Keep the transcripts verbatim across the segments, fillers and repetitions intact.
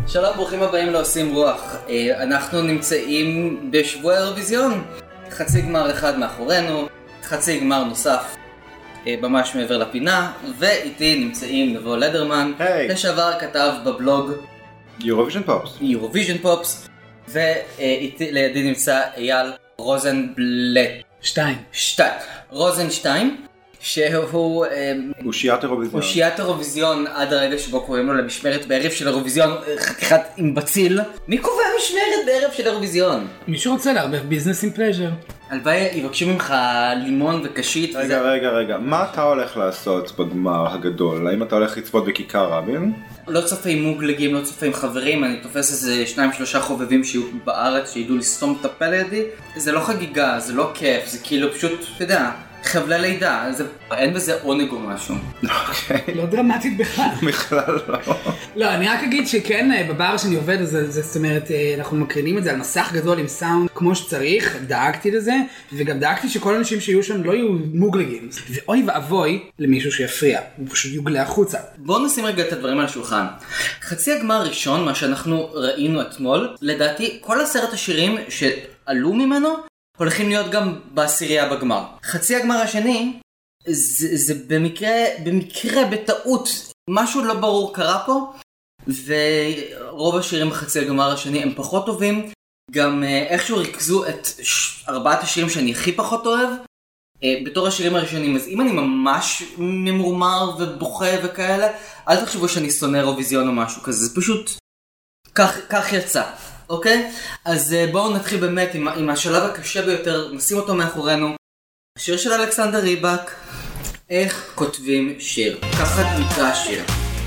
שלום, ברוכים הבאים לעושים רוח. אנחנו נמצאים בשבוע האירוויזיון. חצי גמר אחד מאחורינו, חצי גמר נוסף ממש מעבר לפינה, ואיתי נמצאים נבו לדרמן, היי. לשעבר כתב בבלוג יורוויז'ן פופס. יורוויז'ן פופס, ואיתי לידי נמצא אייל רוזנבלט. שתיים. שתיים. רוזנשטיין, שהוא אושיית אירוויזיון. אושיית אירוויזיון עד הרגע שבו קוראים לו למשמרת בערב של אירוויזיון, חתיכת עם בציל. מי קובע משמרת בערב של אירוויזיון? מישהו רוצה לערבב ביזנס עם פלז'ר. הלוואי יבקשו ממך לימון וקשית. רגע, וזה... רגע, רגע. מה אתה הולך לעשות בגמר הגדול? האם אתה הולך לצפות בכיכר רבין? לא צופה עם מוגלגים, לא צופה עם חברים, אני תופס איזה שניים שלושה חובבים שיהיו בארץ, שידעו לסתום את הפה לידי. זה לא חגיגה, זה לא כיף, זה כאילו פשוט, אתה יודע, חבלי לידה, זה... אין בזה עונג או משהו. אוקיי. לא דרמטית בכלל. בכלל לא. לא, אני רק אגיד שכן, בבר שאני עובד, זה, זה, זאת אומרת, אנחנו מקרינים את זה על מסך גדול עם סאונד כמו שצריך, דאגתי לזה, וגם דאגתי שכל האנשים שיהיו שם לא יהיו מוגלגים. ואוי ואבוי למישהו שיפריע, הוא פשוט יוגלה החוצה. בואו נשים רגע את הדברים על השולחן. חצי הגמר הראשון, מה שאנחנו ראינו אתמול, לדעתי כל עשרת השירים שעלו ממנו, הולכים להיות גם בעשירייה בגמר. חצי הגמר השני, זה, זה במקרה, במקרה, בטעות, משהו לא ברור קרה פה, ורוב השירים בחצי הגמר השני הם פחות טובים, גם איכשהו ריכזו את ארבעת השירים שאני הכי פחות אוהב, בתור השירים הראשונים. אז אם אני ממש ממורמר ובוכה וכאלה, אל תחשבו שאני שונא אירוויזיון או משהו כזה, זה פשוט כך, כך יצא. אוקיי? אז בואו נתחיל באמת עם, עם השלב הקשה ביותר, נשים אותו מאחורינו. השיר של אלכסנדר ריבק, איך כותבים שיר. ככה נקרא השיר.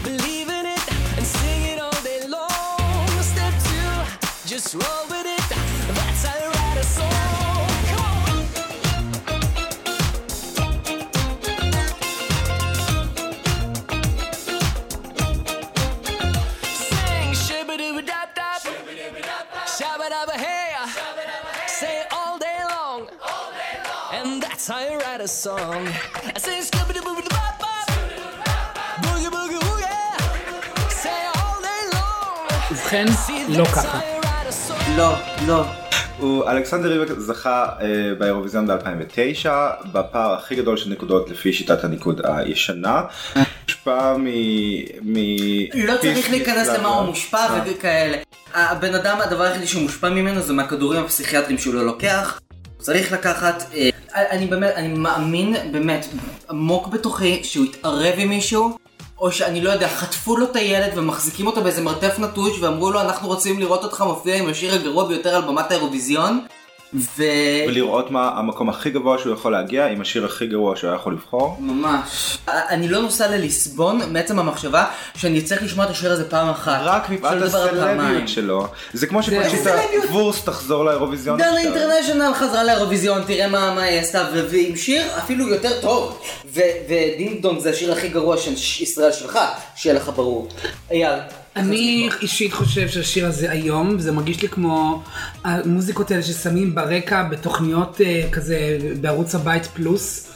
How you write a song. I say scooby doo boo bop bop, boogie boogie woogie, say all day long. ובכן, לא ככה. לא, לא. הוא אלכסנדר ריבק זכה אה, באירוויזיון ב-אלפיים ותשע, בפער הכי גדול של נקודות לפי שיטת הניקוד הישנה. מושפע מ... מ... לא צריך להיכנס למה הוא מושפע וכאלה. הבן אדם, הדבר היחידי שהוא מושפע ממנו זה מהכדורים הפסיכיאטרים שהוא לא לוקח. צריך לקחת, אה, אני באמת, אני מאמין באמת עמוק בתוכי שהוא יתערב עם מישהו, או שאני לא יודע, חטפו לו את הילד ומחזיקים אותו באיזה מרתף נטוש ואמרו לו אנחנו רוצים לראות אותך מופיע עם השיר הגרוע ביותר על במת האירוויזיון ו... ולראות מה המקום הכי גבוה שהוא יכול להגיע עם השיר הכי גרוע שהוא יכול לבחור. ממש. אני לא נוסע לליסבון מעצם המחשבה שאני צריך לשמוע את השיר הזה פעם אחת. רק מפאת הסלביות שלו. זה כמו שפשוט הוורס תחזור לאירוויזיון. דנה אינטרנשיונל חזרה לאירוויזיון, תראה מה היא עשתה, ועם שיר אפילו יותר טוב. ודינג דונג זה השיר הכי גרוע של ישראל שלך, שיהיה לך ברור. אייל. אני אישית חושב שהשיר הזה היום, זה מרגיש לי כמו המוזיקות האלה ששמים ברקע בתוכניות כזה בערוץ הבית פלוס.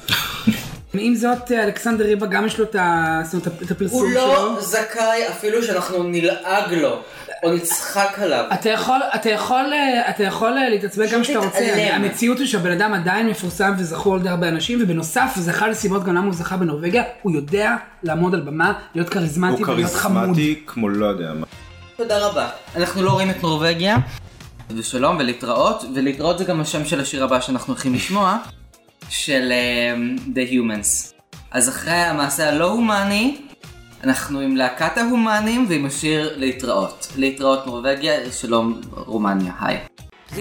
עם זאת, אלכסנדר ריבק גם יש לו את הפרסום שלו. הוא לא זכאי אפילו שאנחנו נלעג לו, או נצחק עליו. אתה יכול, אתה יכול, אתה יכול להתעצבן גם שאתה רוצה. המציאות היא שהבן אדם עדיין מפורסם וזכו על די הרבה אנשים, ובנוסף, זה אחד הסיבות גם למה הוא זכה בנורווגיה, הוא יודע לעמוד על במה, להיות כריזמטי ולהיות חמוד. הוא כריזמטי כמו לא יודע מה. תודה רבה. אנחנו לא רואים את נורווגיה, ושלום ולהתראות, ולהתראות זה גם השם של השיר הבא שאנחנו הולכים לשמוע. של um, The Humans. אז אחרי המעשה הלא הומני, אנחנו עם להקת ההומנים ועם השיר להתראות. להתראות נורווגיה, שלום רומניה, היי. Please,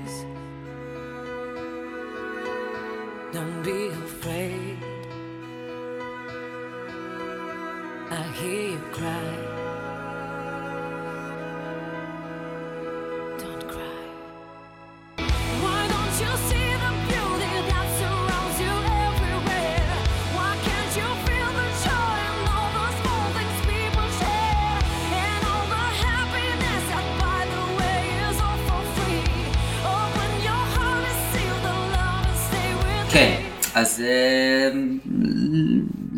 don't be afraid. I hear you cry. Don't cry. Why don't you see the beauty that surrounds you everywhere? Why can't you feel the joy in all the small things people share? And all the happiness that by the way is all for free. Open your heart and see the love and stay with me. כן, אז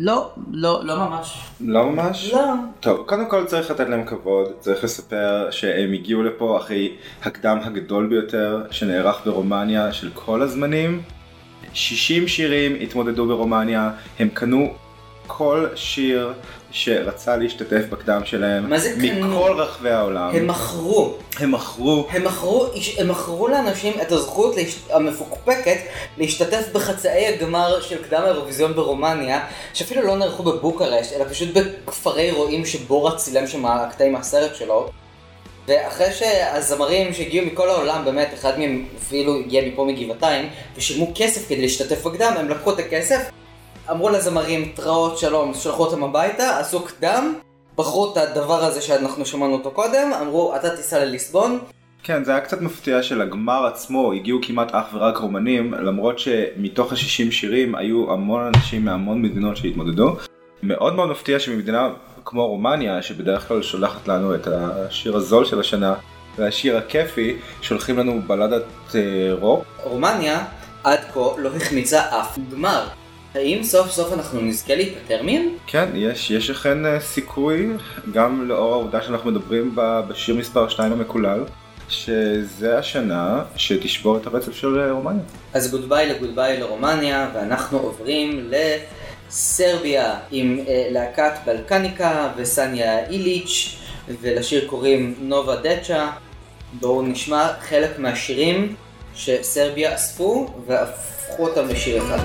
לא, לא, לא ממש. לא ממש? לא. טוב, קודם כל צריך לתת להם כבוד, צריך לספר שהם הגיעו לפה אחרי הקדם הגדול ביותר שנערך ברומניה של כל הזמנים. שישים שירים התמודדו ברומניה, הם קנו כל שיר שרצה להשתתף בקדם שלהם. מה זה קנו? מכל רחבי העולם. הם מכרו. הם מכרו. הם מכרו, הם מכרו לאנשים את הזכות המפוקפקת להשתתף בחצאי הגמר של קדם האירוויזיון ברומניה, שאפילו לא נערכו בבוקרשט, אלא פשוט בכפרי רועים שבורה צילם שם הקטעים מהסרט שלו. ואחרי שהזמרים שהגיעו מכל העולם, באמת, אחד מהם אפילו הגיע מפה מגבעתיים, ושילמו כסף כדי להשתתף בקדם, הם לקחו את הכסף, אמרו לזמרים, תראות שלום, שלחו אותם הביתה, עשו קדם, בחרו את הדבר הזה שאנחנו שמענו אותו קודם, אמרו, אתה תיסע לליסבון. כן, זה היה קצת מפתיע של הגמר עצמו, הגיעו כמעט אך ורק רומנים, למרות שמתוך ה-שישים שירים היו המון אנשים מהמון מדינות שהתמודדו. מאוד מאוד מפתיע שממדינה כמו רומניה, שבדרך כלל שולחת לנו את השיר הזול של השנה, והשיר הכיפי, שולחים לנו בלדת אה, רוק. רומניה עד כה לא החמיצה אף גמר. האם סוף סוף אנחנו נזכה להיפטר מהם? כן, יש, יש אכן אה, סיכוי, גם לאור העובדה שאנחנו מדברים ב- בשיר מספר שתיים המקולל, שזה השנה שתשבור את הרצף של אה, רומניה. אז גודביי לגודביי לרומניה, ואנחנו עוברים לסרביה עם אה, להקת בלקניקה וסניה איליץ', ולשיר קוראים נובה דצ'ה. בואו נשמע חלק מהשירים שסרביה אספו והפכו אותם לשיר אחד.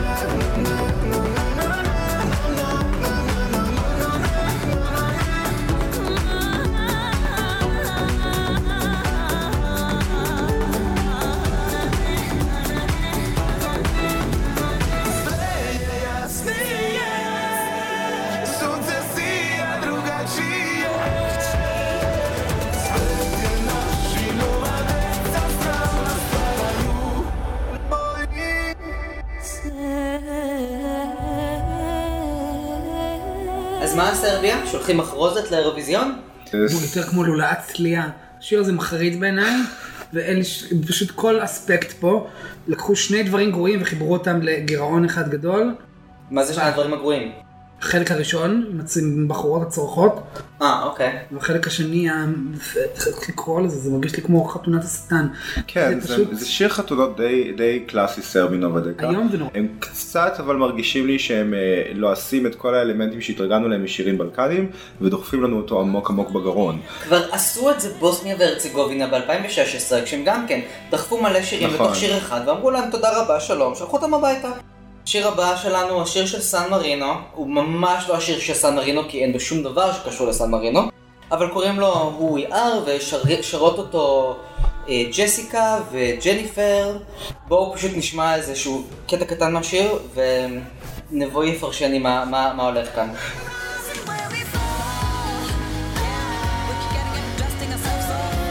אז מה הסרביה? שולחים מחרוזת לאירוויזיון? הוא יותר כמו לולאת צלייה. השיר הזה מחריד בעיניי, ואין פשוט כל אספקט פה. לקחו שני דברים גרועים וחיברו אותם לגירעון אחד גדול. מה זה שני הדברים הגרועים? החלק הראשון, עם בחורות הצורכות, אה, אוקיי. והחלק השני, צריך לקרוא לזה, זה מרגיש לי כמו חתונת השטן. כן, זה זה, פשוט... זה שיר חתונות די, די קלאסי סרבי נובה דקה. היום זה נורא. הם קצת אבל מרגישים לי שהם אה, לועסים את כל האלמנטים שהתרגלנו להם משירים בלקנים, ודוחפים לנו אותו עמוק עמוק בגרון. כבר עשו את זה בוסניה והרצגובינה ב-אלפיים ושש עשרה, כשהם גם כן דחפו מלא שירים נכון. לתוך שיר אחד, ואמרו להם תודה רבה, שלום, שלחו אותם הביתה. השיר הבא שלנו, השיר של סן מרינו, הוא ממש לא השיר של סן מרינו, כי אין בו שום דבר שקשור לסן מרינו, אבל קוראים לו Who We Are, ושרות אותו אה, ג'סיקה וג'ניפר. בואו פשוט נשמע איזשהו קטע קטן מהשיר, ונבוא יפרשני מה, מה, מה הולך כאן. Where we fall, we keep getting and dusting ourselves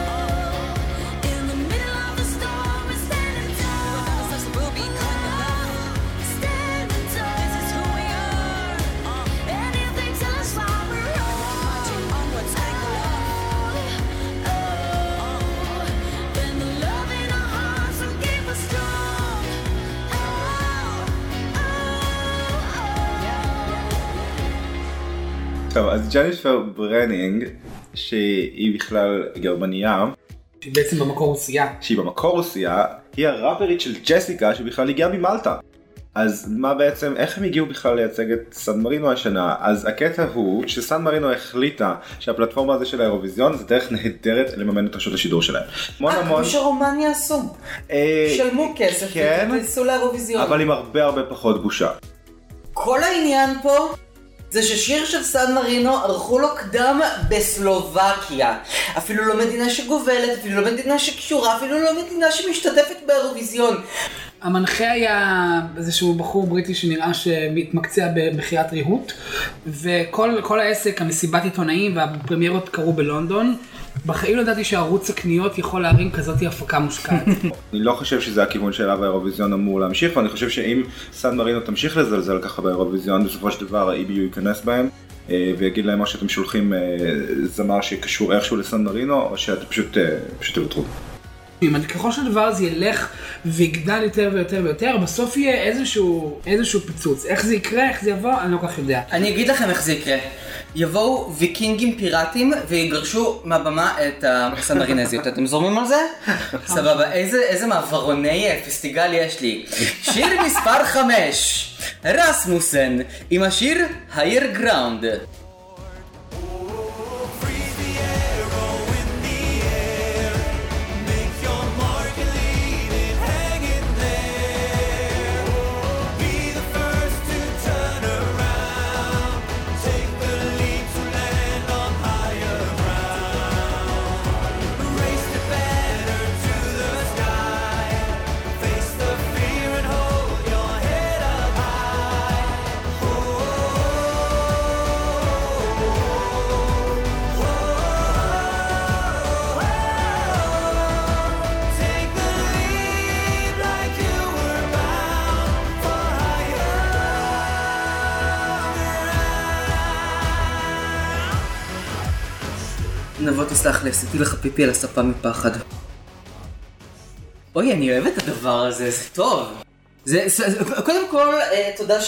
off. In the middle of the storm, we're standing tall. Without ourselves, we'll be climbing up. Standing tall, this is who we are. Anything till us while we're marching onwards, like the love. Oh, when the love in our hearts will keep us strong. Oh, oh, oh. טוב, אז ג'ניפר ברנינג, שהיא בכלל גרמניה, שהיא בעצם במקור רוסייה. שהיא במקור רוסיה, היא הראפרית של ג'סיקה שבכלל הגיעה ממלטה. אז מה בעצם, איך הם הגיעו בכלל לייצג את סן מרינו השנה? אז הקטע הוא שסן מרינו החליטה שהפלטפורמה הזו של האירוויזיון זה דרך נהדרת לממן את רשות השידור שלהם. המון אה, המון... כמו שרומניה עשו. אה, שלמו כסף כן, וכנסו לאירוויזיון. אבל עם הרבה הרבה פחות בושה. כל העניין פה זה ששיר של סן מרינו ערכו לו קדם בסלובקיה. אפילו לא מדינה שגובלת, אפילו לא מדינה שקשורה, אפילו לא מדינה שמשתתפת באירוויזיון. המנחה היה איזשהו בחור בריטי שנראה שמתמקצע במחיית ריהוט, וכל כל העסק, המסיבת עיתונאים והפרמיירות קרו בלונדון. בחיים לא ידעתי שערוץ הקניות יכול להרים כזאת הפקה מושקעת. אני לא חושב שזה הכיוון שאליו האירוויזיון אמור להמשיך, ואני חושב שאם סן מרינו תמשיך לזלזל ככה באירוויזיון, בסופו של דבר ה-אי בי יו ייכנס בהם ויגיד להם או שאתם שולחים זמר שקשור איכשהו לסן מרינו, או שאתם פשוט פשוט תוותרו. ככל שהדבר הזה ילך ויגדל יותר ויותר ויותר, בסוף יהיה איזשהו, איזשהו פיצוץ. איך זה יקרה, איך זה יבוא, אני לא כל כך יודע. אני אגיד לכם איך זה יקרה. יבואו ויקינגים פיראטים ויגרשו מהבמה את הסנמרינזיות. אתם זורמים על זה? סבבה, איזה, איזה מעברוני פסטיגל יש לי. שיר מספר חמש, רסמוסן, עם השיר Higher Ground. נבוא תסלח לי, עשיתי לך פיפי על הספה מפחד. אוי, אני אוהב את הדבר הזה, זה טוב. זה, זה, קודם כל, תודה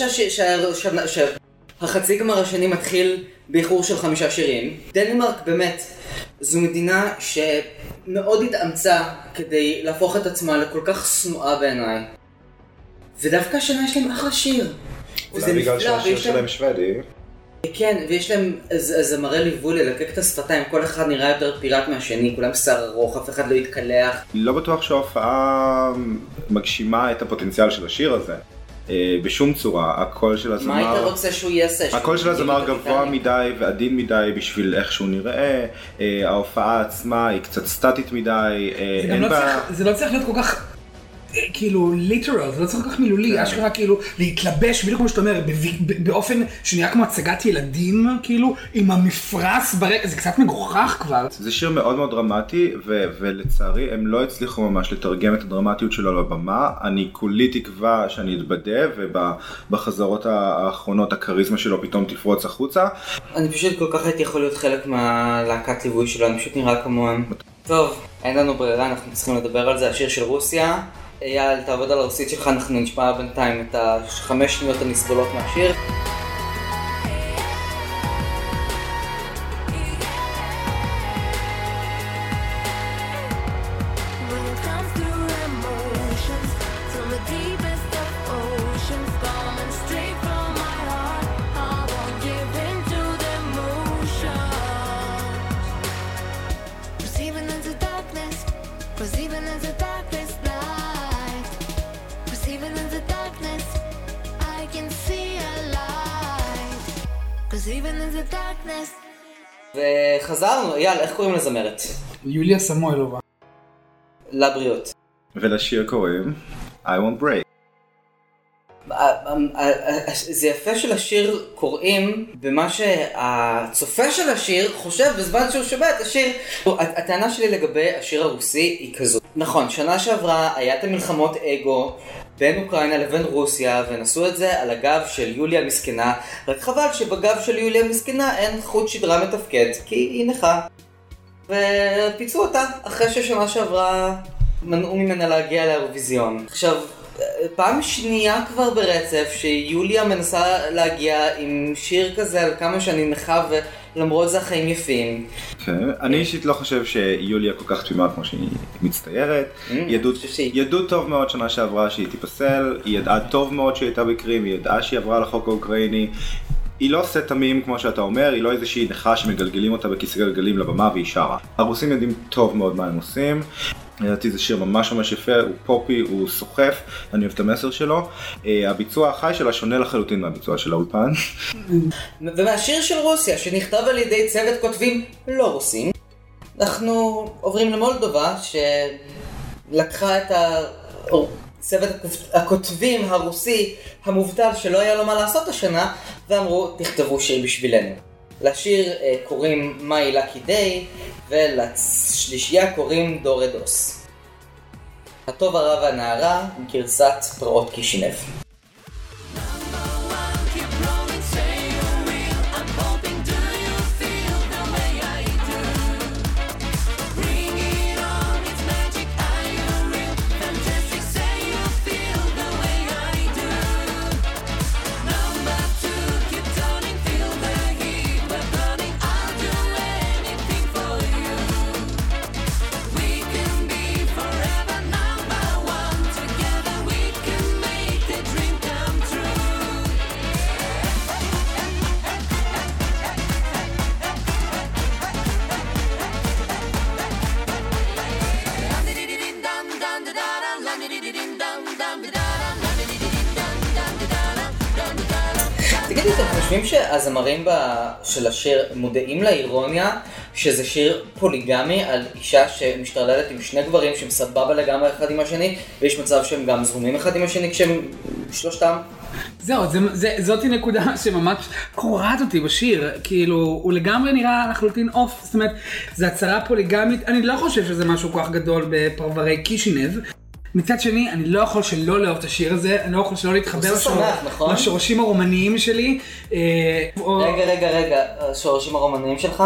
שהחצי גמר השני מתחיל באיחור של חמישה שירים. דנמרק באמת, זו מדינה שמאוד התאמצה כדי להפוך את עצמה לכל כך שנואה בעיניי. ודווקא השנה יש להם אחלה שיר. אולי בגלל שהשיר שלהם שוודי. כן, ויש להם זמרי ליווי ללקק את השפתיים, כל אחד נראה יותר פיראט מהשני, כולם שיער ארוך, אף אחד לא יתקלח. לא בטוח שההופעה מגשימה את הפוטנציאל של השיר הזה, בשום צורה. הקול של הזמר... מה היית רוצה שהוא יעשה? הקול של הזמר גבוה מדי ועדין מדי בשביל איך שהוא נראה, ההופעה עצמה היא קצת סטטית מדי, אין בה... זה לא צריך להיות כל כך... כאילו ליטרל, זה לא צריך כל כך מילולי, אשכרה כאילו להתלבש, בדיוק כמו שאתה אומר, באופן שנראה כמו הצגת ילדים, כאילו, עם המפרס ברקע, זה קצת מגוחך כבר. זה שיר מאוד מאוד דרמטי, ולצערי הם לא הצליחו ממש לתרגם את הדרמטיות שלו לבמה. אני כולי תקווה שאני אתבדה, ובחזרות האחרונות הקריזמה שלו פתאום תפרוץ החוצה. אני פשוט כל כך הייתי יכול להיות חלק מהלהקת ליווי שלו, אני פשוט נראה כמוהם. טוב, אין לנו ברירה, אנחנו צריכים לדבר על זה, השיר של רוסיה. אייל, תעבוד על הרוסית שלך, אנחנו נשמע בינתיים את החמש שניות הנסבולות מהשיר. וחזרנו, אייל, איך קוראים לזמרת? יוליה סמוילובה. לבריאות. ולשיר קוראים I won't break. זה יפה שלשיר קוראים במה שהצופה של השיר חושב בזמן שהוא שומע את השיר. הטענה שלי לגבי השיר הרוסי היא כזו. נכון, שנה שעברה היה את המלחמות אגו בין אוקראינה לבין רוסיה, ונסו את זה על הגב של יוליה מסכנה, רק חבל שבגב של יוליה מסכנה אין חוט שדרה מתפקד, כי היא נכה. ופיצו אותה אחרי ששנה שעברה מנעו ממנה להגיע לאירוויזיון. עכשיו, פעם שנייה כבר ברצף שיוליה מנסה להגיע עם שיר כזה על כמה שאני נכה ולמרות זה החיים יפים. אני אישית לא חושב שיוליה כל כך תמימה כמו שהיא מצטיירת. ידעו טוב מאוד שנה שעברה שהיא תיפסל, היא ידעה טוב מאוד שהיא הייתה בקרים, היא ידעה שהיא עברה לחוק האוקראיני. היא לא עושה תמים כמו שאתה אומר, היא לא איזושהי נכה שמגלגלים אותה בכיסא גלגלים לבמה והיא שרה. הרוסים יודעים טוב מאוד מה הם עושים. לדעתי זה שיר ממש ממש יפה, הוא פופי, הוא סוחף, אני אוהב את המסר שלו. הביצוע החי שלה שונה לחלוטין מהביצוע של האולפן. ומהשיר של רוסיה, שנכתב על ידי צוות כותבים לא רוסים, אנחנו עוברים למולדובה, שלקחה את צוות הכותבים הרוסי המובטל שלא היה לו מה לעשות השנה, ואמרו תכתבו שיר בשבילנו. לשיר קוראים My Lucky Day, ולשלישייה קוראים דורדוס. הטוב הרע והנערה גרסת פרעות קישינב. Bring it on, it's magic, I תגידי, אתם חושבים שהזמרים של השיר מודעים לאירוניה שזה שיר פוליגמי על אישה שמשתרללת עם שני גברים שהם סבבה לגמרי אחד עם השני, ויש מצב שהם גם זרומים אחד עם השני כשהם שלושתם? זהו, זה, זה, זאתי נקודה שממש קורעת אותי בשיר, כאילו, הוא לגמרי נראה לחלוטין אוף, זאת אומרת, זה הצהרה פוליגמית, אני לא חושב שזה משהו כל כך גדול בפרברי קישינב, מצד שני, אני לא יכול שלא לאהוב את השיר הזה, אני לא יכול שלא להתחבר נכון? לשורשים הרומניים שלי. רגע, רגע, רגע, השורשים הרומניים שלך?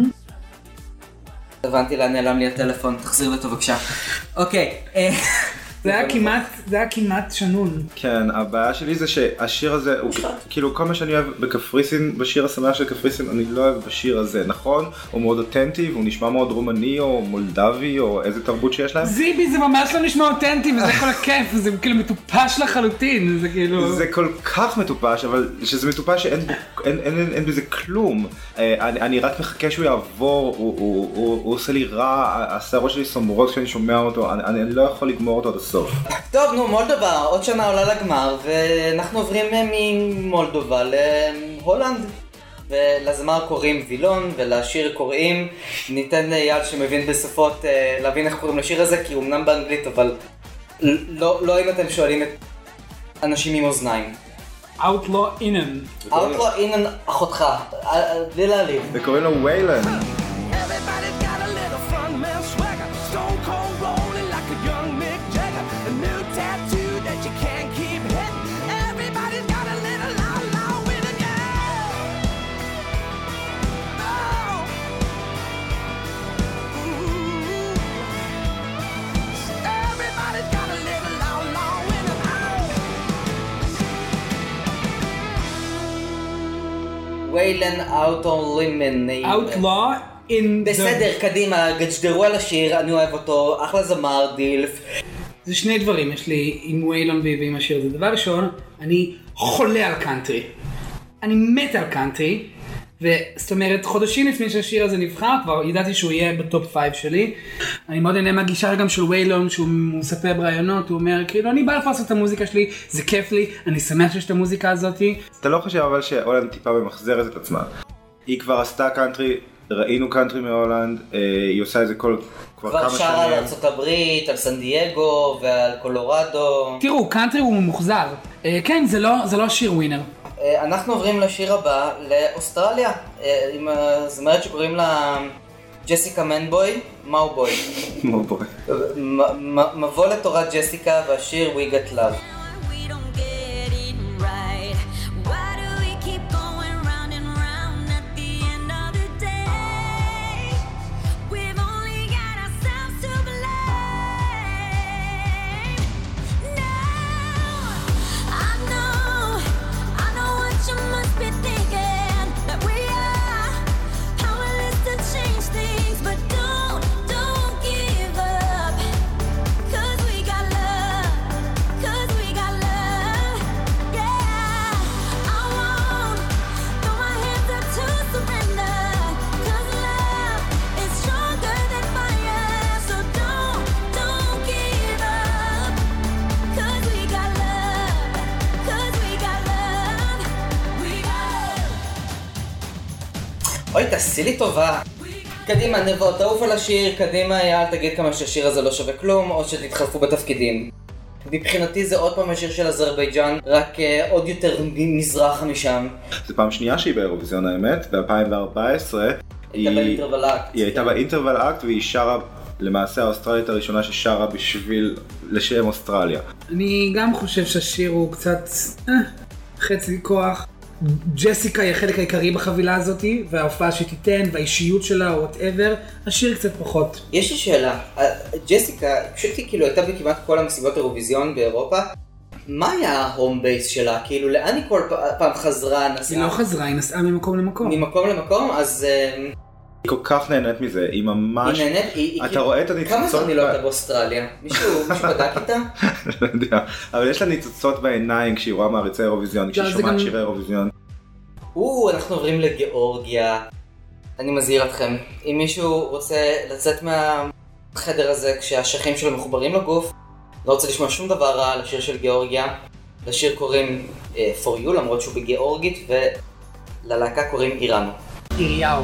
הבנתי לאן נעלם לי הטלפון, תחזיר לטוב בבקשה. אוקיי. זה היה כמעט, זה היה כמעט שנון. כן, הבעיה שלי זה שהשיר הזה, הוא כאילו כל מה שאני אוהב בקפריסין, בשיר השמח של קפריסין, אני לא אוהב בשיר הזה, נכון? הוא מאוד אותנטי, והוא נשמע מאוד רומני או מולדבי או איזה תרבות שיש להם. זיבי זה ממש לא נשמע אותנטי וזה כל הכיף, זה כאילו מטופש לחלוטין, זה כאילו... זה כל כך מטופש, אבל שזה מטופש שאין בו, אין, אין, אין, אין בזה כלום. אני, אני רק מחכה שהוא יעבור, הוא, הוא, הוא, הוא עושה לי רע, השערות שלי סומרות כשאני שומע אותו, אני, אני לא יכול לגמור אותו עד הסוף. טוב, נו, מולדובה, עוד שנה עולה לגמר, ואנחנו עוברים ממולדובה להולנד. ולזמר קוראים וילון, ולשיר קוראים, ניתן ליד שמבין בשפות להבין איך קוראים לשיר הזה, כי הוא אמנם באנגלית, אבל לא, לא אם אתם שואלים את אנשים עם אוזניים. Outlaw אינן. Outlaw אינן אחותך, בלי להעליב. וקוראים לו ויילן. Everybody's got a little frontman swagger, stone cold rolling like a young Mick Jagger, a new tattoo that you can't keep hitting. Everybody's got a little outlaw in it, yeah. Oh. Mm-hmm. Everybody's got a little outlaw in it, oh. ויילן Outlaw in Outlaw in the... בסדר, קדימה, גדשדרו על השיר, אני אוהב אותו, אחלה זמר, דילף. זה שני דברים יש לי עם ויילון ועם השיר הזה. דבר ראשון, אני חולה על קאנטרי. אני מת על קאנטרי, וזאת אומרת, חודשים לפני שהשיר הזה נבחר, כבר ידעתי שהוא יהיה בטופ פייב שלי. אני מאוד נהנה מהגישה גם של ויילון, שהוא מספר ברעיונות, הוא אומר, כאילו, אני בא לפרסם את המוזיקה שלי, זה כיף לי, אני שמח שיש את המוזיקה הזאת. אתה לא חושב אבל שהולנד טיפה ממחזרת את עצמה. היא כבר עשתה קאנטרי, ראינו קאנטרי מהולנד, היא עושה את זה כל כבר כמה כבר שנים. שרה על ארצות הברית, על סן דייגו ועל קולורדו. תראו, קאנטרי הוא מוחזר. כן, זה לא, זה לא שיר ווינר. אנחנו עוברים לשיר הבא, לאוסטרליה, עם הזמרת שקוראים לה ג'סיקה מנבוי, מאו בוי. מאו בוי. מבוא לתורת ג'סיקה והשיר We Get Love. We don't get it right. Why do we keep going round and round at the end of the day? We've only got ourselves to blame. Now I know, I know what you must be thinking, that we are powerless to change things, but don't, don't give up, 'cause we got love, 'cause we got love, yeah. I won't throw my hands up to surrender, 'cause love is stronger than fire, so don't, don't give up, 'cause we got love, 'cause we got love, we got אוי, תעשי לי טובה. קדימה, נבוא, תעוף על השיר, קדימה, אל תגיד כמה שהשיר הזה לא שווה כלום, או שתתחלפו בתפקידים. מבחינתי זה עוד פעם השיר של אזרבייג'אן, רק uh, עוד יותר מזרחה משם. זה פעם שנייה שהיא באירוויזיון האמת, ב-אלפיים וארבע עשרה. הייתה באינטרוול אקט. היא הייתה באינטרוול אקט והיא שרה, למעשה האוסטרלית הראשונה ששרה בשביל, לשם אוסטרליה. אני גם חושב שהשיר הוא קצת אה, חצי כוח. ג'סיקה היא החלק העיקרי בחבילה הזאת, וההופעה שתיתן, והאישיות שלה, או whatever, השיר קצת פחות. יש לי שאלה, ג'סיקה, פשוט היא כאילו הייתה בכמעט כל המסיבות אירוויזיון באירופה, מה היה ההום בייס שלה? כאילו לאן היא כל פעם חזרה, נסעה? היא לא חזרה, היא נסעה ממקום למקום. ממקום למקום, אז... היא כל כך נהנית מזה, היא ממש... היא נהנית, היא... אתה רואה את הניצוצות... כמה זמן היא לא הייתה באוסטרליה? מישהו בדק איתה? לא יודע, אבל יש לה ניצוצות בעיניים כשהיא רואה מעריצי אירוויזיון, כשהיא שומעת שירי אירוויזיון. או, אנחנו עוברים לגיאורגיה. אני מזהיר אתכם, אם מישהו רוצה לצאת מהחדר הזה כשהשכים שלו מחוברים לגוף, לא רוצה לשמוע שום דבר רע על השיר של גיאורגיה. לשיר קוראים uh, For You, למרות שהוא בגיאורגית, וללהקה קוראים איראנו. עיריהו.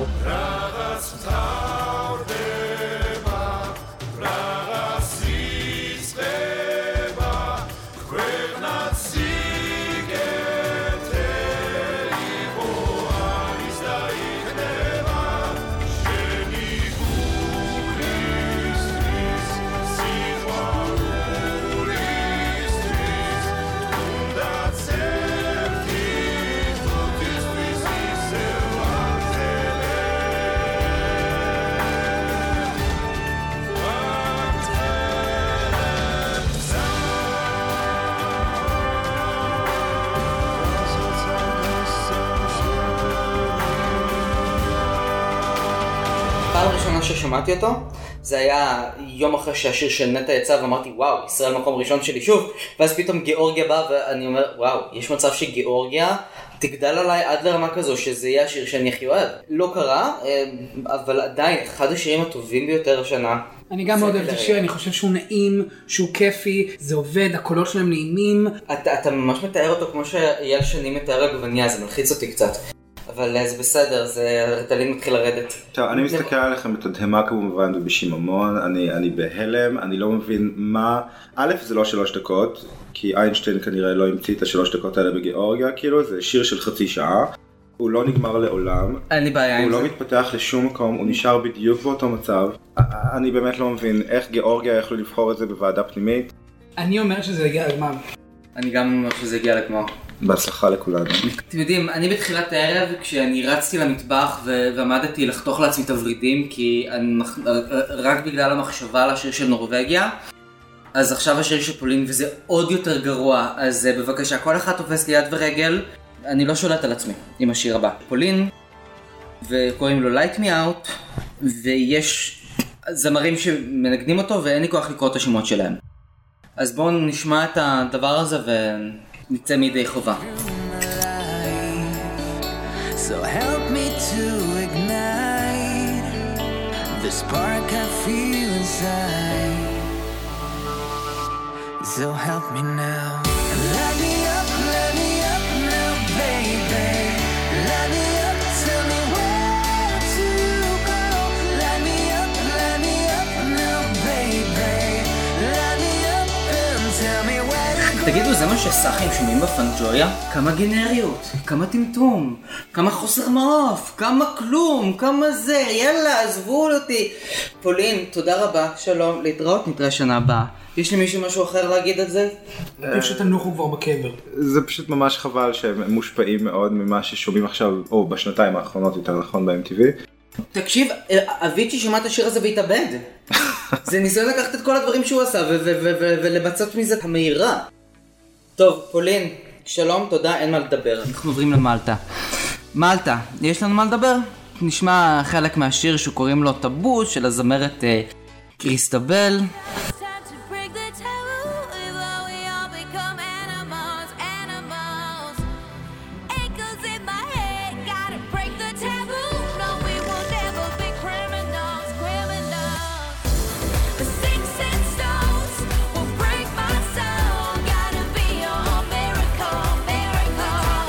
פעם ראשונה ששמעתי אותו, זה היה יום אחרי שהשיר של נטע יצא ואמרתי וואו, ישראל מקום ראשון שלי שוב, ואז פתאום גיאורגיה בא ואני אומר וואו, יש מצב שגיאורגיה תגדל עליי עד לרמה כזו שזה יהיה השיר שאני הכי אוהב. לא קרה, אבל עדיין אחד השירים הטובים ביותר השנה. אני גם מאוד אוהב את השיר, אני חושב שהוא נעים, שהוא כיפי, זה עובד, הקולות שלהם נעימים. אתה, אתה ממש מתאר אותו כמו שאייל שני מתאר עגבניה, זה מלחיץ אותי קצת. אבל זה בסדר, זה הרטלין מתחיל לרדת. עכשיו, אני מסתכל עליכם בתדהמה כמובן ובשיממון, אני, אני בהלם, אני לא מבין מה, א' זה לא שלוש דקות, כי איינשטיין כנראה לא המציא את השלוש דקות האלה בגיאורגיה, כאילו זה שיר של חצי שעה, הוא לא נגמר לעולם, אין לי בעיה עם הוא זה. לא מתפתח לשום מקום, הוא נשאר בדיוק באותו מצב, אני באמת לא מבין איך גיאורגיה יכלו לבחור את זה בוועדה פנימית. אני אומר שזה הגיע לגמר. אני גם אומר שזה הגיע לגמר. בהצלחה לכולנו. אתם יודעים, אני בתחילת הערב, כשאני רצתי למטבח ו- ועמדתי לחתוך לעצמי תבלידים, כי אני, רק בגלל המחשבה על השיר של נורווגיה, אז עכשיו השיר של פולין וזה עוד יותר גרוע, אז בבקשה, כל אחד תופס לי יד ורגל, אני לא שולט על עצמי עם השיר הבא. פולין, וקוראים לו Light Me Out, ויש זמרים שמנגנים אותו ואין לי כוח לקרוא את השמות שלהם. אז bואו נשמע את הדבר הזה ונצא מידי חובה. So help me to ignite the spark I feel inside. So help me now. Light me up, light me up now, baby. Light me up, tell me where to go. Light me up, light me up now, baby. Light me up and tell me where to go. תגידו, זה מה שסאחים שומעים בפנג'ויה? כמה גנריות, כמה טמטום, כמה חוסר מעוף, כמה כלום, כמה זה, יאללה, עזבו אותי. פולין, תודה רבה, שלום, להתראות, נתראה שנה הבאה. יש לי מישהו משהו אחר להגיד על זה? פשוט תנוחו כבר בקבר. זה פשוט ממש חבל שהם מושפעים מאוד ממה ששומעים עכשיו, או בשנתיים האחרונות יותר נכון ב-אם טי וי. תקשיב, אביצ'י שמע את השיר הזה והתאבד. זה ניסיון לקחת את כל הדברים שהוא עשה ולבצעות מזה את המהירה. טוב, פולין, שלום, תודה, אין מה לדבר. אנחנו עוברים למלטה. מלטה, יש לנו מה לדבר? נשמע חלק מהשיר שקוראים לו טאבו של הזמרת קריסטבל. Time to break the taboo, though we all become animals, animals. Echoes in my head, gotta break the taboo. No, we will never be criminals, criminals. The sticks and stones will break my soul. Gotta be your miracle, miracle.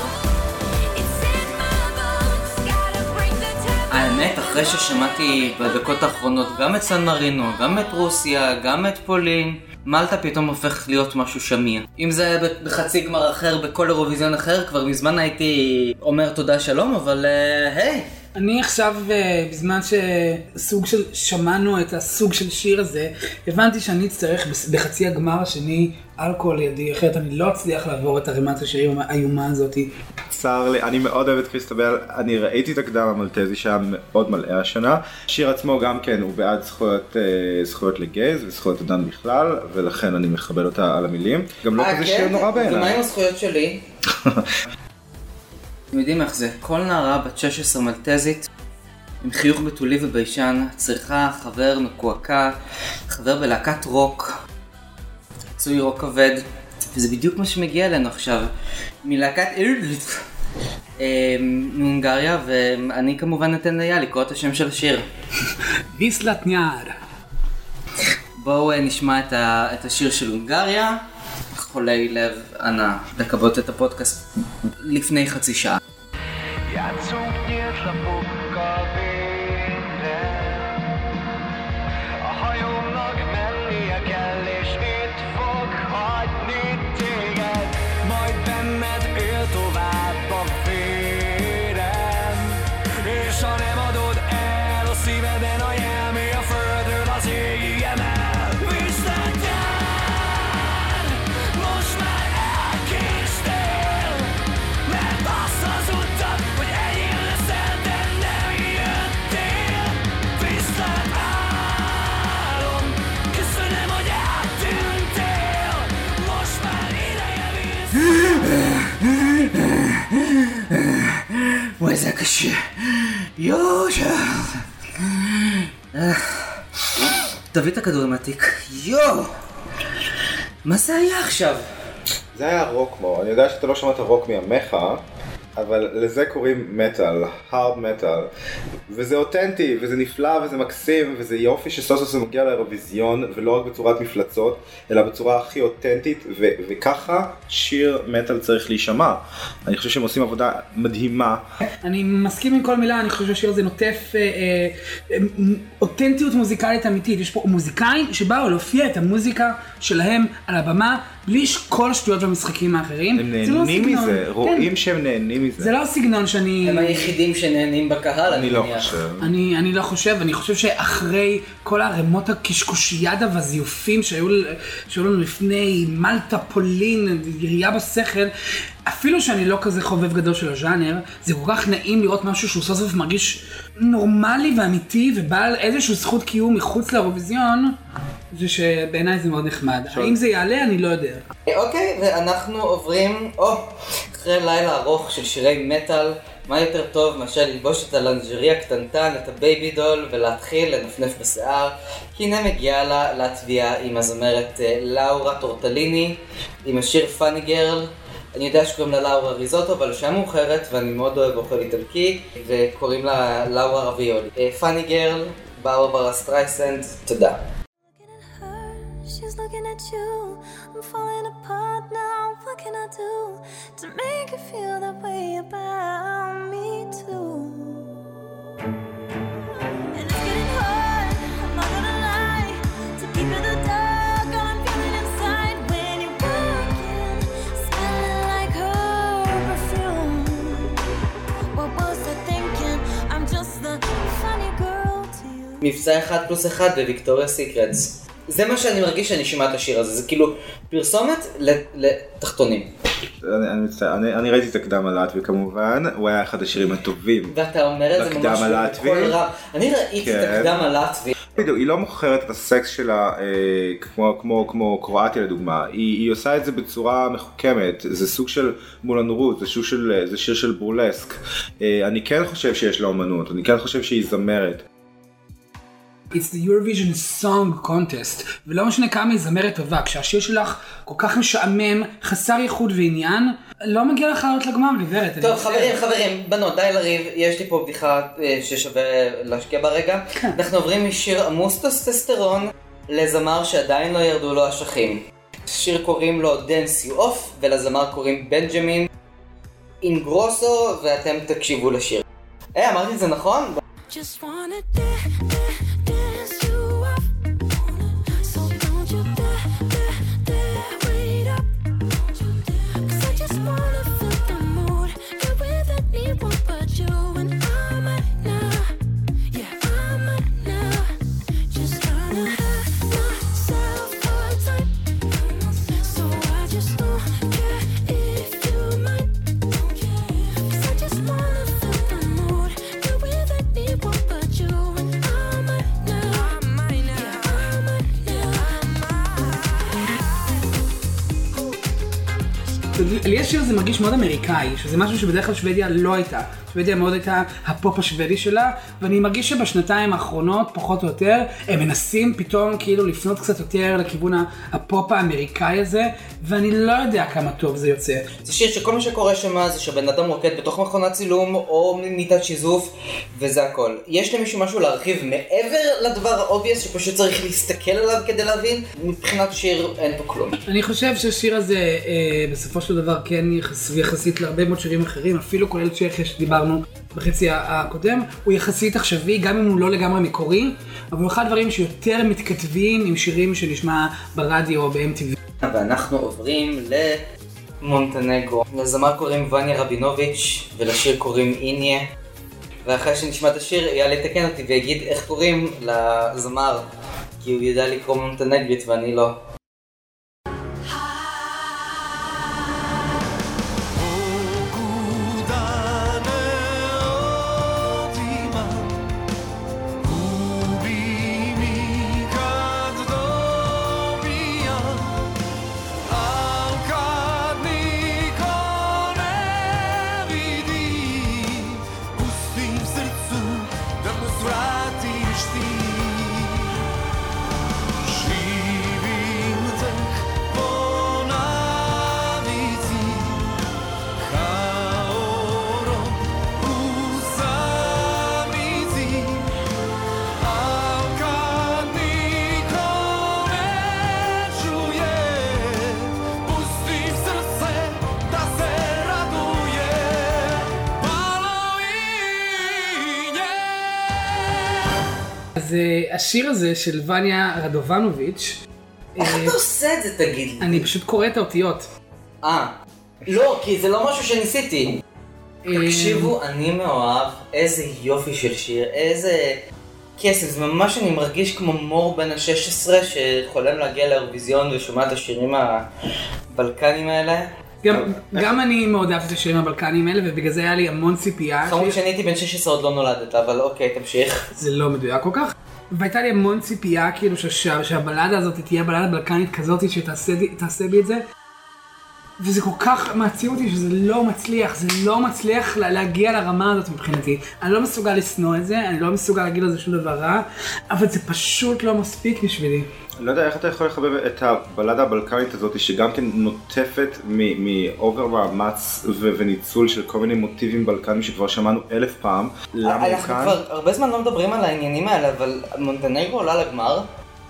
It's in my bones, gotta break the taboo. האמת, אחרי ששמעתי בדקות האחרונות גם את סן מרינו, גם את רוסיה, גם את פולין, מלטה פתאום הופך להיות משהו שמיע. אם זה היה בחצי גמר אחר, בכל אירוויזיון אחר, כבר מזמן הייתי אומר תודה שלום, אבל היי. אני עכשיו, אה, בזמן שסוג של, שמענו את הסוג של שיר הזה, הבנתי שאני אצטרך בס- בחצי הגמר השני אלכוהול לידי, אחרת אני לא אצליח לעבור את הרמת השירים האיומה הזאת. צר לי, אני מאוד אוהב את קריסטבל, אני ראיתי את הקדם המלטזי שהיה מאוד מלא השנה. השיר עצמו גם כן, הוא בעד זכויות, אה, זכויות לגייז וזכויות אדם בכלל, ולכן אני מכבד אותה על המילים. גם לא כזה שיר נורא ומה עם בעיניי. הזכויות שלי? אתם יודעים איך זה, כל נערה בת שש עשרה מלטזית, עם חיוך בתולי וביישן, צריכה חבר מקועקע, חבר בלהקת רוק, צוי רוק כבד, וזה בדיוק מה שמגיע אלינו עכשיו, מלהקת מהונגריה, ואני כמובן אתן לאייל לקרוא את השם של השיר. ויסלת ניאר. בואו נשמע את, ה, את השיר של הונגריה, חולי לב, אנא לקבות את הפודקאסט לפני חצי שעה. Játszunk nyílt lapokkal végre. A hajómnak mennie kell, és itt fog hagyni téged. Majd benned él tovább a vérem. És ha nem adod el a szíveden, a jelmé a földről az égig emel. Visszatjár, most már elkéstél, mert azt hazudtad, hogy enyém leszel, de nem jöttél. Viszlát állom, köszönöm, hogy eltűntél, most már ideje vissza. וואי, זה קשה. יואו, שם. תביא את הכדור עם התיק. יואו! מה זה היה עכשיו? זה היה רוקמו, אני יודע שאתה לא שמעת רוק מימיך, אבל לזה קוראים מטל, הארד מטל, וזה אותנטי, וזה נפלא, וזה מקסים, וזה יופי שסוף סוף זה מגיע לאירוויזיון, ולא רק בצורת מפלצות, אלא בצורה הכי אותנטית, ו- וככה שיר מטל צריך להישמע. אני חושב שהם עושים עבודה מדהימה. אני מסכים עם כל מילה, אני חושב שהשיר הזה נוטף אה, אה, אותנטיות מוזיקלית אמיתית. יש פה מוזיקאים שבאו להופיע את המוזיקה שלהם על הבמה, בלי כל השטויות והמשחקים האחרים. הם זה לא נהנים סגנון. מזה, כן. רואים שהם נהנים מזה. זה לא הסגנון שאני... הם היחידים שנהנים בקהל, אני לא מניח. חושב. אני, אני לא חושב, אני חושב שאחרי כל הרמות הקשקושיאדה והזיופים שהיו, שהיו לנו לפני מלטה, פולין, ירייה בשכל, אפילו שאני לא כזה חובב גדול של הז'אנר, זה כל כך נעים לראות משהו שהוא סוף סוף מרגיש נורמלי ואמיתי ובעל איזשהו זכות קיום מחוץ לאירוויזיון, זה שבעיניי זה מאוד נחמד. האם זה יעלה? אני לא יודע. אוקיי, ואנחנו עוברים, או, אחרי לילה ארוך של שירי מטל, מה יותר טוב מאשר ללבוש את הלנג'רי הקטנטן, את הבייבי דול, ולהתחיל לנפנף בשיער. כי הנה מגיעה לה להצביע עם הזמרת לאורה טורטליני, עם השיר פאני גרל. אני יודע שקוראים לה לאורה ריזוטו, אבל השעה מאוחרת, ואני מאוד אוהב אוכל איטלקי, וקוראים לה לאורה רביולי. פאני גרל, ברברה סטרייסנד, תודה. She's looking at you, I'm falling apart now, what can I do to make you feel that way about me too? And it's getting hard, I'm not gonna lie, to keep it the dark, all I'm feeling inside when you're walking, smelling like her perfume. What was I thinking? I'm just the funny girl to you. מבצע אחד פלוס אחד בוויקטוריה סיקרטס. זה מה שאני מרגיש שאני שומע את השיר הזה, זה כאילו פרסומת לתחתונים. אני, אני מצטער, אני, אני ראיתי את הקדם הלטבי כמובן, הוא היה אחד השירים הטובים. ואתה אומר את זה ממש בכל רב. אני ראיתי כן. את הקדם הלטבי. בדיוק, היא לא מוכרת את הסקס שלה אה, כמו, כמו, כמו קרואטיה לדוגמה, היא, היא עושה את זה בצורה מחוכמת, זה סוג של מולן רוז, זה, של, זה שיר של בורלסק. אה, אני כן חושב שיש לה אומנות, אני כן חושב שהיא זמרת. It's the Eurovision Song Contest, ולא משנה כמה היא זמרת טובה, כשהשיר שלך כל כך משעמם, חסר ייחוד ועניין, לא מגיע לך לעלות לגמר, גברת. טוב, חברים, חברים, בנות, די לריב, יש לי פה בדיחה ששווה להשקיע ברגע. אנחנו עוברים משיר עמוס טסטוסטרון לזמר שעדיין לא ירדו לו אשכים. שיר קוראים לו Dance You Off, ולזמר קוראים בנג'מין אינגרוסו, ואתם תקשיבו לשיר. אה, אמרתי את זה נכון? Just wanna dance, dance you up. So don't you dare, dare, dare wait up. 'Cause I just wanna feel the mood. Get with anyone but you, and I might now. Yeah, I might now. Just tryna have myself a time. So I just don't care if you might. 'Cause I just wanna feel the mood. Get with anyone but you, and I might now. I might now. Yeah, I might now. לי השיר הזה מרגיש מאוד אמריקאי, שזה משהו שבדרך כלל שוודיה לא הייתה. שוודיה מאוד הייתה הפופ השוודי שלה, ואני מרגיש שבשנתיים האחרונות, פחות או יותר, הם מנסים פתאום כאילו לפנות קצת יותר לכיוון הפופ האמריקאי הזה, ואני לא יודע כמה טוב זה יוצא. זה שיר שכל מה שקורה שם זה שבן אדם רוקד בתוך מכונת צילום או מיטת שיזוף, וזה הכל. יש למישהו משהו להרחיב מעבר לדבר האובייס שפשוט צריך להסתכל עליו כדי להבין? מבחינת שיר אין פה כלום. אני חושב שהשיר הזה אה, בסופו של דבר כן יחס, יחסית להרבה מאוד שירים אחרים, אפילו כולל צ'כיה שדיברנו בחצי הקודם, הוא יחסית עכשווי, גם אם הוא לא לגמרי מקורי, אבל הוא אחד הדברים שיותר מתכתבים עם שירים שנשמע ברדיו או ב-אם טי וי. ואנחנו עוברים למונטנגרו. לזמר קוראים וניה רבינוביץ' ולשיר קוראים איניה. ואחרי שנשמע את השיר, אייל יתקן אותי ויגיד איך קוראים לזמר, כי הוא ידע לקרוא מונטנגרית ואני לא. אז השיר הזה של וניה רדובנוביץ', איך אתה עושה את זה תגיד לי? אני פשוט קורא את האותיות. אה, לא, כי זה לא משהו שניסיתי. תקשיבו, אני מאוהב, איזה יופי של שיר, איזה קסם, זה ממש אני מרגיש כמו מור בן ה-שש עשרה שחולם להגיע לאירוויזיון ושומע את השירים הבלקנים האלה. גם, גם אני מאוד אהבתי את השירים הבלקנים האלה, ובגלל זה היה לי המון ציפייה. חמוד שאני הייתי בן שש עשרה עוד לא נולדת, אבל אוקיי, תמשיך. זה לא מדויק כל כך. והייתה לי המון ציפייה כאילו שה, שהבלדה הזאת תהיה בלדה בלקנית כזאת שתעשה בי את זה. וזה כל כך מעציב אותי שזה לא מצליח, זה לא מצליח להגיע לרמה הזאת מבחינתי. אני לא מסוגל לשנוא את זה, אני לא מסוגל להגיד על זה שום דבר רע, אבל זה פשוט לא מספיק בשבילי. לא יודע איך אתה יכול לחבב את הבלדה הבלקנית הזאת שגם כן נוטפת מאובר מאמץ וניצול של כל מיני מוטיבים בלקנים שכבר שמענו אלף פעם. למה אנחנו כאן? כבר הרבה זמן לא מדברים על העניינים האלה, אבל מונטנגרו עולה לגמר.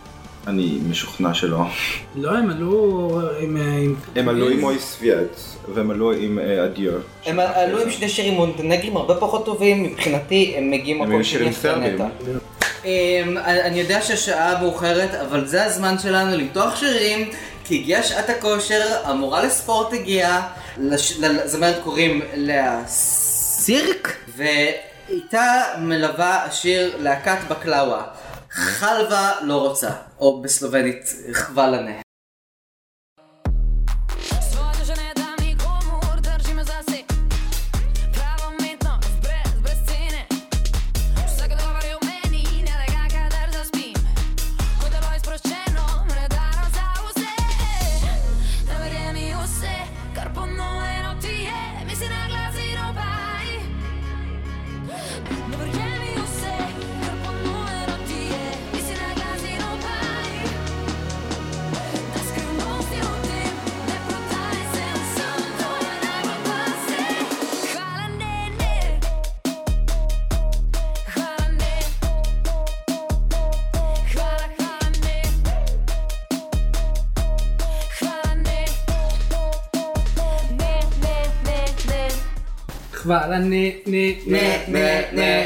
אני משוכנע שלא. לא, הם עלו עם... הם עלו עם אוי סווייט והם עלו עם אדיור. הם עלו עם שני שירים מונטנגרים הרבה פחות טובים, מבחינתי הם מגיעים מקום שני אחרי נטע. אני יודע שהשעה מאוחרת, אבל זה הזמן שלנו למתוח שירים, כי הגיעה שעת הכושר, המורה לספורט הגיעה, לזמרת קוראים לאה סירק, ואיתה מלווה השיר להקת בקלאווה, חלבה לא רוצה, או בסלובנית חבלנה. חבלה נה נה נה נה נה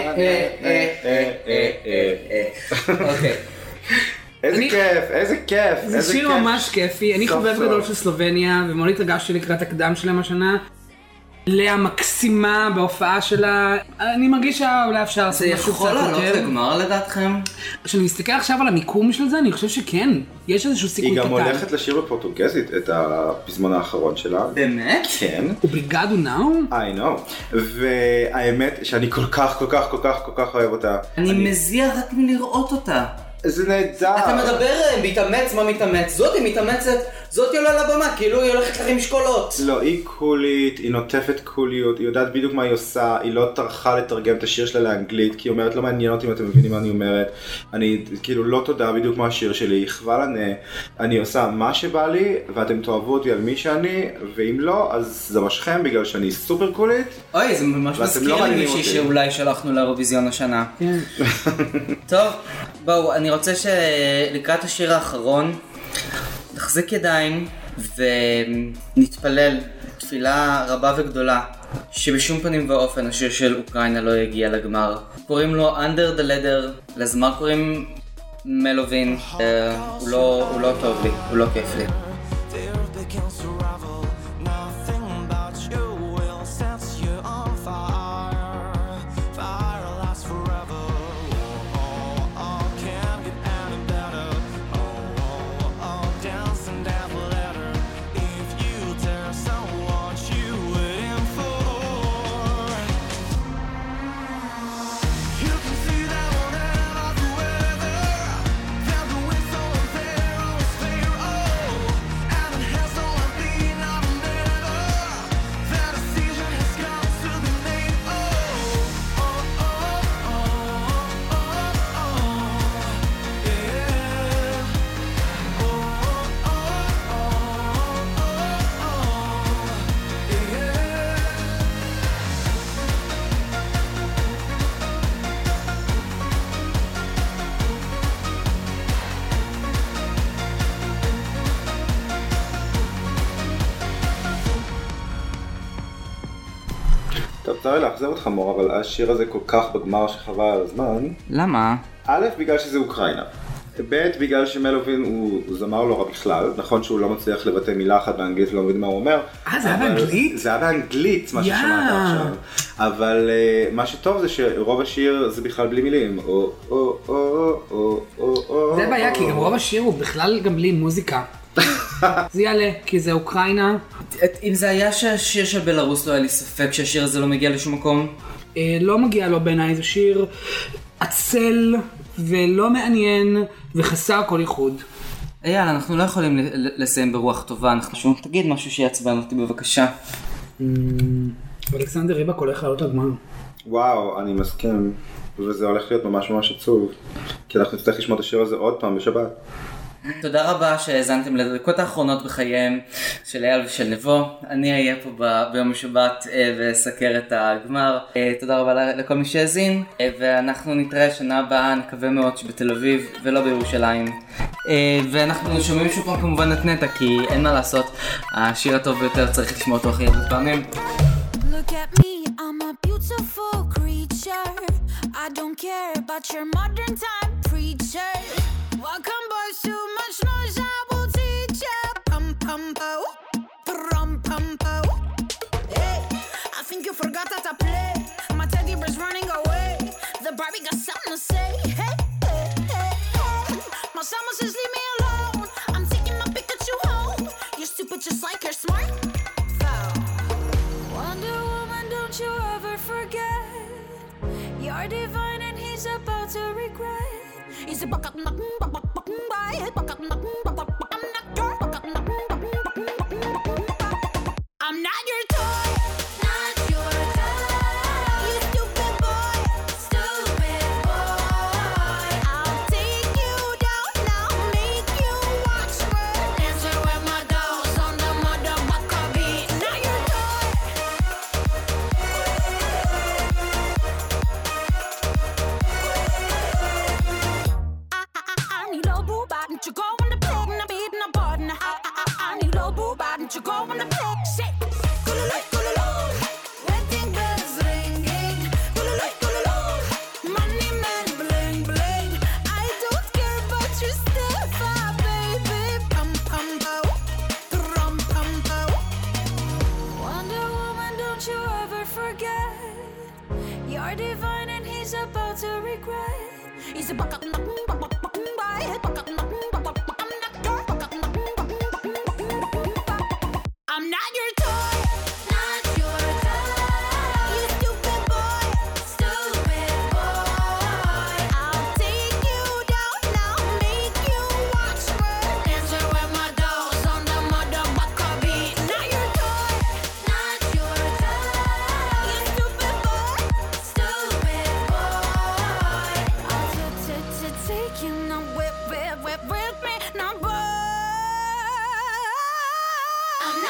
נה. אוקיי. איזה כיף, איזה כיף. זה שיר ממש כיפי, אני חובב גדול של סלובניה ומאוד התרגשתי לקראת הקדם שלהם השנה. לאה מקסימה בהופעה שלה, אני מרגיש שאולי אפשר לעשות משהו קצת יותר. זה יכול לעלות לגמר לדעתכם? כשאני מסתכל עכשיו על המיקום של זה, אני חושב שכן, יש איזשהו סיכוי קטן. היא גם הולכת לשיר בפורטוגזית את הפזמון האחרון שלה. באמת? כן. אובריגדו נאו? I know. והאמת שאני כל כך כל כך כל כך כל כך אוהב אותה. אני מזיע רק מלראות אותה. זה נהדר. אתה מדבר, מתאמץ, מה מתאמץ? זאתי מתאמצת, זאתי עולה לבמה, כאילו היא הולכת להרים משקולות. לא, היא קולית, היא נוטפת קוליות, היא יודעת בדיוק מה היא עושה, היא לא טרחה לתרגם את השיר שלה לאנגלית, כי היא אומרת, לא מעניין אותי אם אתם מבינים מה אני אומרת, אני כאילו לא תודה בדיוק מה השיר שלי, חבל ענה, אני עושה מה שבא לי, ואתם תאהבו אותי על מי שאני, ואם לא, אז זה משכם בגלל שאני סופר קולית. אוי, זה ממש ואתם מזכיר לא לי מעניינים מישהי אותי. שאולי שלחנו לאירוויזיון השנה. כן. טוב, בואו, אני רוצה שלקראת השיר האחרון נחזיק ידיים ונתפלל תפילה רבה וגדולה שבשום פנים ואופן השיר של אוקראינה לא יגיע לגמר. קוראים לו Under the Ladder, לזמר קוראים מלובין, אה, הוא לא, הוא לא טוב לי, הוא לא כיף לי. טוב, צר לי לאכזב אותך מור, אבל השיר הזה כל כך בגמר שחבל על הזמן. למה? א', בגלל שזה אוקראינה. ב', בגלל שמלובין הוא זמר לא רע בכלל, נכון שהוא לא מצליח לבטא מילה אחת באנגלית ולא מבין מה הוא אומר. אה, זה היה באנגלית? זה היה באנגלית, מה ששמעת עכשיו. אבל מה שטוב זה שרוב השיר זה בכלל בלי מילים. או, או, או, או, או, או. זה בעיה, כי גם רוב השיר הוא בכלל גם בלי מוזיקה. זה יעלה, כי זה אוקראינה. אם זה היה שהשיר של בלרוס לא היה לי ספק שהשיר הזה לא מגיע לשום מקום. אה, לא מגיע לו בעיניי, זה שיר עצל ולא מעניין וחסר כל ייחוד. אייל, אנחנו לא יכולים ל- ל- לסיים ברוח טובה, אנחנו שום, תגיד משהו שיעצבן אותי בבקשה. אלכסנדר ריבק הולך לעלות לגמר. וואו, אני מסכים. וזה הולך להיות ממש ממש עצוב. כי אנחנו נצטרך לשמוע את השיר הזה עוד פעם בשבת. תודה רבה שהאזנתם לדקות האחרונות בחייהם של אייל ושל נבו. אני אהיה פה ב- ביום השבת אה, וסקר את הגמר. אה, תודה רבה ל- לכל מי שהאזין, אה, ואנחנו נתראה שנה הבאה, נקווה מאוד שבתל אביב ולא בירושלים. אה, ואנחנו שומעים שוב פעם כמובן את נטע, כי אין מה לעשות, השיר הטוב ביותר צריך לשמוע אותו הכי הרבה פעמים. Look at me, I'm a beautiful creature. I don't care about your modern time preacher. Welcome boys, too much noise, I will teach ya. Pum pum pow, pum pum pow. Hey, I think you forgot how to play. My teddy bear's running away. The Barbie got something to say. Hey, hey, hey, hey. My summer says leave me alone. I'm taking my Pikachu home. You're stupid just like you're smart. Wonder Woman, don't you ever forget. You're divine and he's about to regret. He's a buck up, buck buck buck buck by it, buck up, buck buck buck buck. I'm not your buck up, buck buck buck buck. I'm not your toy, not your toy. You stupid boy, stupid boy. I'll take you down now, make you watch me dancing with my dolls on the motherfucker beat. Not your toy. I need low boo bad, don't you go on the pig, and I'm beating a button. I, I, I, I need low boo bad, don't you go on the pig, shit. Kululu, kululu, wedding bells ringing. Kululu, kululu, money man bling bling. I don't care about your stuff, ah, baby. Pum pum pow, pum pum pow. Wonder Woman, don't you ever forget. You're divine and he's about to regret. He's a buck up, buck buck buck buck by it, buck up, buck buck buck buck. I'm not your buck up, buck buck buck buck. I'm not your toy, not your toy. You stupid boy, stupid boy. I'll take you down now,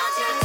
Don't you